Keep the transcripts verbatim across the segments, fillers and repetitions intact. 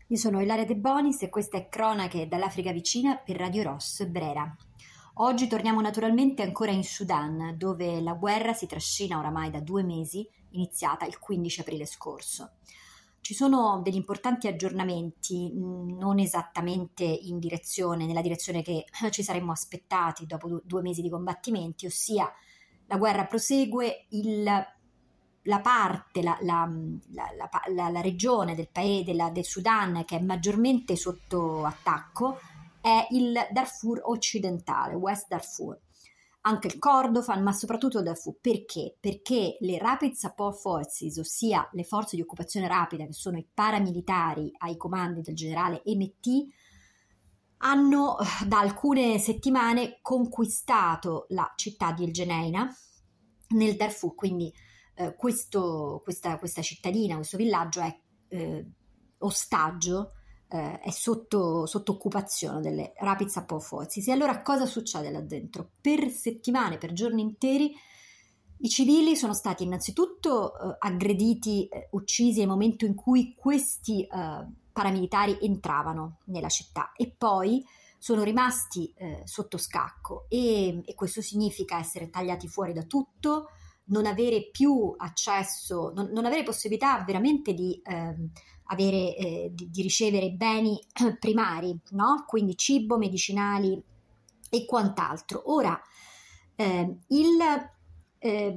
Io sono Ilaria De Bonis e questa è Cronache dall'Africa vicina per Radio Ross Brera. Oggi torniamo naturalmente ancora in Sudan, dove la guerra si trascina oramai da due mesi, iniziata il quindici aprile scorso. Ci sono degli importanti aggiornamenti, non esattamente in direzione, nella direzione che ci saremmo aspettati dopo due mesi di combattimenti, ossia la guerra prosegue, il la parte, la, la, la, la, la regione del, paese, della, del Sudan che è maggiormente sotto attacco è il Darfur occidentale, West Darfur, anche il Kordofan, ma soprattutto il Darfur. Perché? Perché le Rapid Support Forces, ossia le forze di occupazione rapida, che sono i paramilitari ai comandi del generale Hemeti, hanno da alcune settimane conquistato la città di El Geneina nel Darfur, quindi Uh, questo, questa, questa cittadina, questo villaggio è eh, ostaggio, eh, è sotto, sotto occupazione delle Rapid Support Forces. E allora cosa succede là dentro? Per settimane, per giorni interi, i civili sono stati innanzitutto eh, aggrediti, eh, uccisi nel momento in cui questi eh, paramilitari entravano nella città, e poi sono rimasti eh, sotto scacco e, e questo significa essere tagliati fuori da tutto, non avere più accesso, non, non avere possibilità veramente di, eh, avere, eh, di, di ricevere beni primari, no? Quindi cibo, medicinali e quant'altro. Ora, eh, il, eh,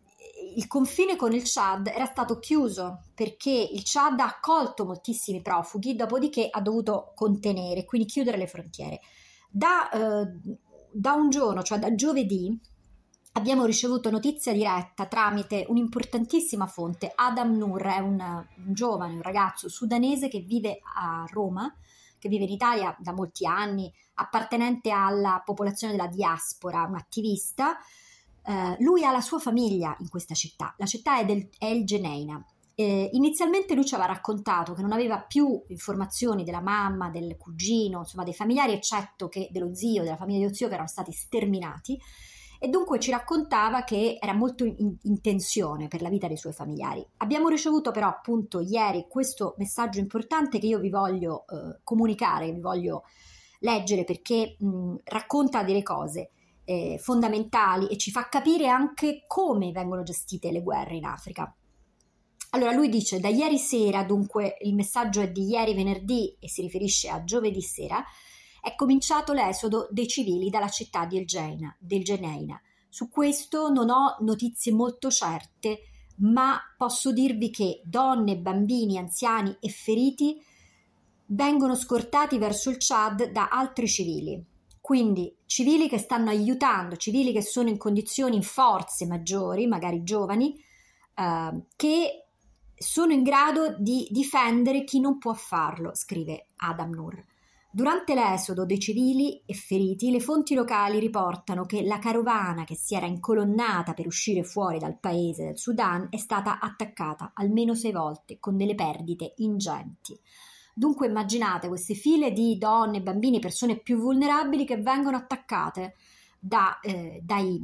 il confine con il Chad era stato chiuso perché il Chad ha accolto moltissimi profughi, dopodiché ha dovuto contenere, quindi chiudere le frontiere. Da, eh, da un giorno, cioè da giovedì, abbiamo ricevuto notizia diretta tramite un'importantissima fonte. Adam Nur è un, un giovane, un ragazzo sudanese che vive a Roma, che vive in Italia da molti anni, appartenente alla popolazione della diaspora, un attivista. Eh, lui ha la sua famiglia in questa città, la città è del è El Geneina. Eh, inizialmente lui ci aveva raccontato che non aveva più informazioni della mamma, del cugino, insomma dei familiari, eccetto che dello zio, della famiglia dello zio, che erano stati sterminati. E dunque ci raccontava che era molto in, in tensione per la vita dei suoi familiari. Abbiamo ricevuto però appunto ieri questo messaggio importante che io vi voglio eh, comunicare, vi voglio leggere, perché mh, racconta delle cose eh, fondamentali e ci fa capire anche come vengono gestite le guerre in Africa. Allora lui dice: da ieri sera, dunque il messaggio è di ieri venerdì e si riferisce a giovedì sera, è cominciato l'esodo dei civili dalla città di El Geneina, del Geneina. Su questo non ho notizie molto certe, ma posso dirvi che donne, bambini, anziani e feriti vengono scortati verso il Chad da altri civili. Quindi civili che stanno aiutando, civili che sono in condizioni, in forze maggiori, magari giovani, eh, che sono in grado di difendere chi non può farlo, scrive Adam Nur. Durante l'esodo dei civili e feriti, le fonti locali riportano che la carovana che si era incolonnata per uscire fuori dal paese del Sudan è stata attaccata almeno sei volte, con delle perdite ingenti. Dunque immaginate queste file di donne, bambini, persone più vulnerabili che vengono attaccate da, eh, dai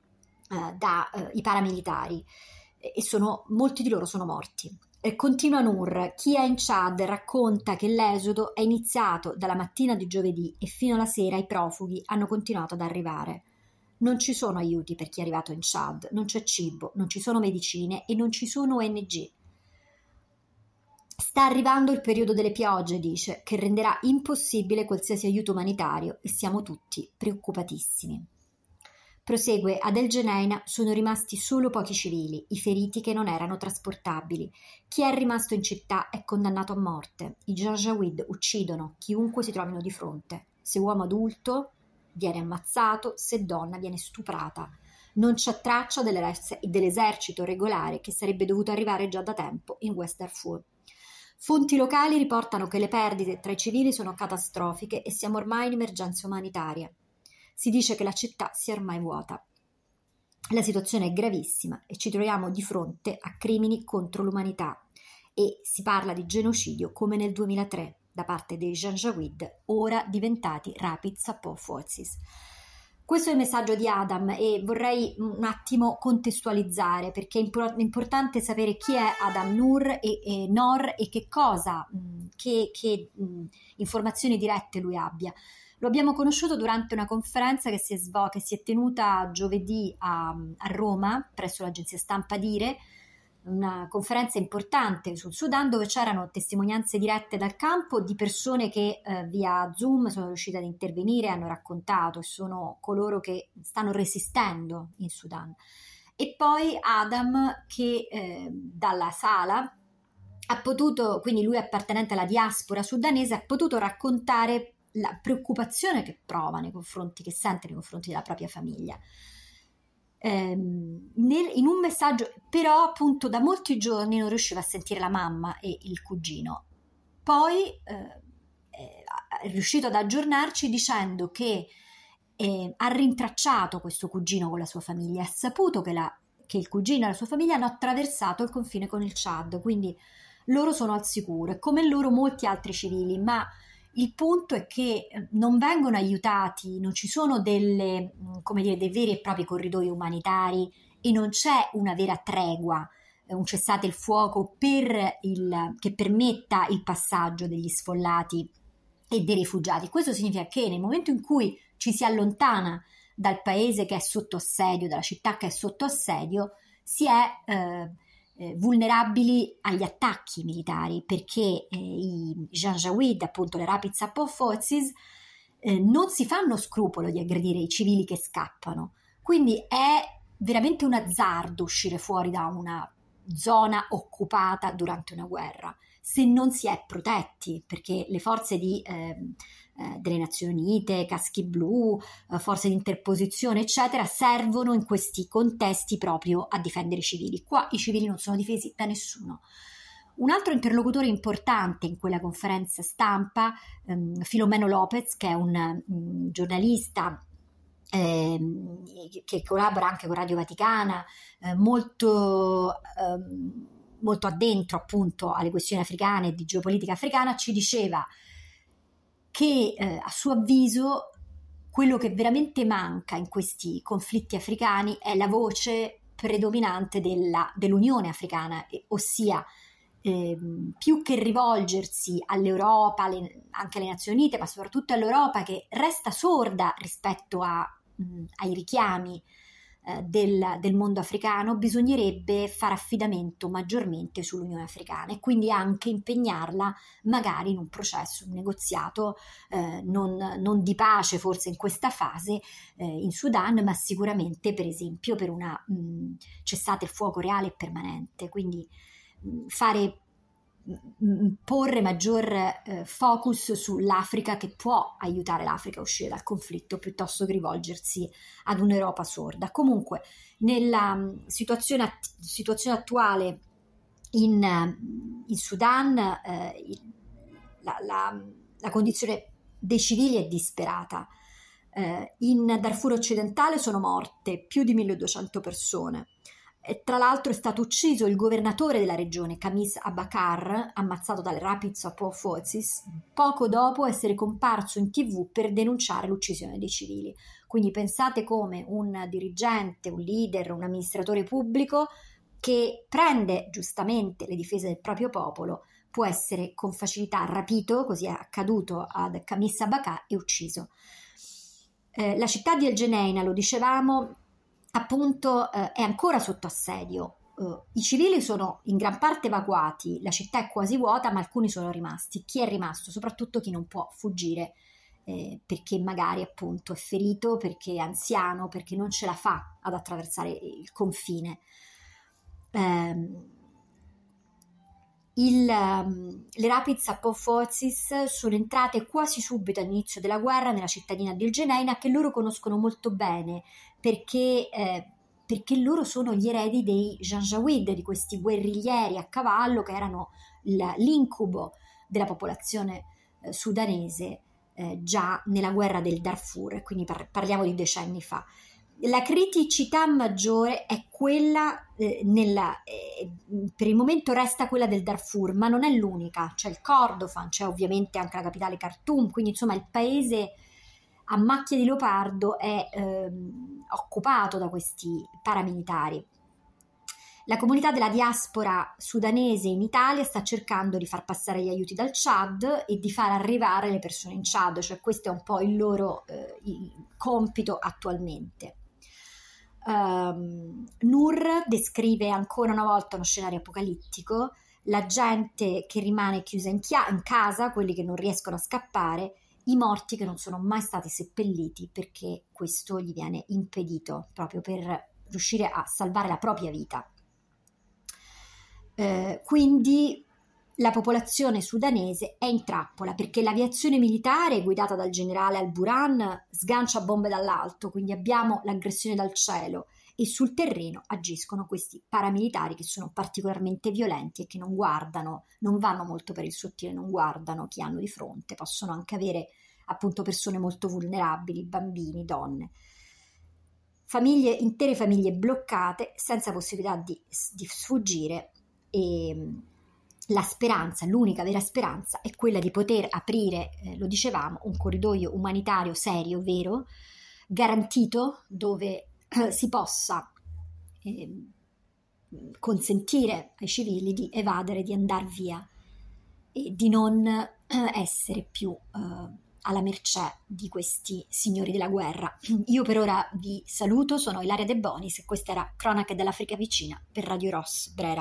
eh, da, eh, i paramilitari, e sono, molti di loro sono morti. E continua Nur: chi è in Chad racconta che l'esodo è iniziato dalla mattina di giovedì e fino alla sera i profughi hanno continuato ad arrivare. Non ci sono aiuti per chi è arrivato in Chad, non c'è cibo, non ci sono medicine e non ci sono O N G. Sta arrivando il periodo delle piogge, dice, che renderà impossibile qualsiasi aiuto umanitario e siamo tutti preoccupatissimi. Prosegue: ad El Geneina sono rimasti solo pochi civili, i feriti che non erano trasportabili. Chi è rimasto in città è condannato a morte. I Janjaweed uccidono chiunque si trovino di fronte. Se uomo adulto viene ammazzato, se donna viene stuprata. Non c'è traccia dell'esercito regolare che sarebbe dovuto arrivare già da tempo in West Darfur. Fonti locali riportano che le perdite tra i civili sono catastrofiche e siamo ormai in emergenza umanitaria. Si dice che la città sia ormai vuota. La situazione è gravissima e ci troviamo di fronte a crimini contro l'umanità e si parla di genocidio come nel duemilatré da parte dei Janjaweed, ora diventati Rapid Support Forces. Questo è il messaggio di Adam e vorrei un attimo contestualizzare, perché è impor- importante sapere chi è Adam Nur e, e Nor e che cosa, mh, che, che mh, informazioni dirette lui abbia. Lo abbiamo conosciuto durante una conferenza che si è, svol- che si è tenuta giovedì a, a Roma presso l'agenzia stampa Dire, una conferenza importante sul Sudan dove c'erano testimonianze dirette dal campo di persone che eh, via Zoom sono riuscite ad intervenire, hanno raccontato e sono coloro che stanno resistendo in Sudan. E poi Adam che eh, dalla sala ha potuto, quindi lui appartenente alla diaspora sudanese, ha potuto raccontare la preoccupazione che prova nei confronti, che sente nei confronti della propria famiglia. Ehm, nel, in un messaggio, però appunto da molti giorni non riusciva a sentire la mamma e il cugino. Poi eh, è riuscito ad aggiornarci dicendo che eh, ha rintracciato questo cugino con la sua famiglia, ha saputo che, la, che il cugino e la sua famiglia hanno attraversato il confine con il Chad, quindi loro sono al sicuro e come loro molti altri civili, ma il punto è che non vengono aiutati, non ci sono delle, come dire, dei veri e propri corridoi umanitari e non c'è una vera tregua, un cessate il fuoco per il, che permetta il passaggio degli sfollati e dei rifugiati. Questo significa che nel momento in cui ci si allontana dal paese che è sotto assedio, dalla città che è sotto assedio, si è eh, Eh, vulnerabili agli attacchi militari, perché eh, i Janjaweed, appunto le Rapid Support Forces, eh, non si fanno scrupolo di aggredire i civili che scappano. Quindi è veramente un azzardo uscire fuori da una zona occupata durante una guerra se non si è protetti, perché le forze di, eh, eh, delle Nazioni Unite, caschi blu, eh, forze di interposizione, eccetera, servono in questi contesti proprio a difendere i civili. Qua i civili non sono difesi da nessuno. Un altro interlocutore importante in quella conferenza stampa, ehm, Filomeno Lopez, che è un, un giornalista eh, che collabora anche con Radio Vaticana, eh, molto... Ehm, molto addentro appunto alle questioni africane e di geopolitica africana, ci diceva che eh, a suo avviso quello che veramente manca in questi conflitti africani è la voce predominante della, dell'Unione Africana, eh, ossia eh, più che rivolgersi all'Europa, alle, anche alle Nazioni Unite, ma soprattutto all'Europa che resta sorda rispetto a, mh, ai richiami Del, del mondo africano, bisognerebbe fare affidamento maggiormente sull'Unione Africana e quindi anche impegnarla magari in un processo, un negoziato eh, non, non di pace forse in questa fase eh, in Sudan, ma sicuramente per esempio per una mh, cessate il fuoco reale e permanente, quindi mh, fare porre maggior eh, focus sull'Africa, che può aiutare l'Africa a uscire dal conflitto piuttosto che rivolgersi ad un'Europa sorda. Comunque nella um, situazione, att- situazione attuale in, uh, in Sudan eh, il, la, la, la condizione dei civili è disperata. Eh, in Darfur occidentale sono morte più di milleduecento persone. E tra l'altro è stato ucciso il governatore della regione, Khamis Abakar, ammazzato dalle Rapid Support Forces, poco dopo essere comparso in tv per denunciare l'uccisione dei civili. Quindi pensate come un dirigente, un leader, un amministratore pubblico che prende giustamente le difese del proprio popolo può essere con facilità rapito, così è accaduto ad Khamis Abakar, e ucciso. Eh, la città di El Geneina, lo dicevamo, appunto eh, è ancora sotto assedio. Uh, i civili sono in gran parte evacuati, la città è quasi vuota, ma alcuni sono rimasti. Chi è rimasto? Soprattutto chi non può fuggire eh, perché magari appunto è ferito, perché è anziano, perché non ce la fa ad attraversare il confine. Um, il, um, le Rapid Support Forces sono entrate quasi subito all'inizio della guerra nella cittadina di El Geneina, che loro conoscono molto bene perché, eh, perché loro sono gli eredi dei Janjaweed, di questi guerriglieri a cavallo che erano il, l'incubo della popolazione eh, sudanese eh, già nella guerra del Darfur, quindi par- parliamo di decenni fa. La criticità maggiore è quella eh, nella, eh, per il momento resta quella del Darfur, ma non è l'unica. C'è il Kordofan, c'è ovviamente anche la capitale Khartoum, quindi insomma il paese a macchia di leopardo è ehm, occupato da questi paramilitari. La comunità della diaspora sudanese in Italia sta cercando di far passare gli aiuti dal Chad e di far arrivare le persone in Chad, cioè questo è un po' il loro eh, il compito attualmente. Um, Nur descrive ancora una volta uno scenario apocalittico, la gente che rimane chiusa in, chia- in casa, quelli che non riescono a scappare, i morti che non sono mai stati seppelliti perché questo gli viene impedito proprio per riuscire a salvare la propria vita. Eh, quindi la popolazione sudanese è in trappola perché l'aviazione militare guidata dal generale Al-Burhan sgancia bombe dall'alto, quindi abbiamo l'aggressione dal cielo e sul terreno agiscono questi paramilitari che sono particolarmente violenti e che non guardano, non vanno molto per il sottile, non guardano chi hanno di fronte, possono anche avere appunto persone molto vulnerabili, bambini, donne. Famiglie, intere famiglie bloccate senza possibilità di, di sfuggire. E la speranza, l'unica vera speranza è quella di poter aprire, eh, lo dicevamo, un corridoio umanitario serio, vero, garantito, dove eh, si possa eh, consentire ai civili di evadere, di andare via e di non eh, essere più eh, alla mercé di questi signori della guerra. Io per ora vi saluto, sono Ilaria De Bonis e questa era Cronache dell'Africa Vicina per Radio Ross Brera.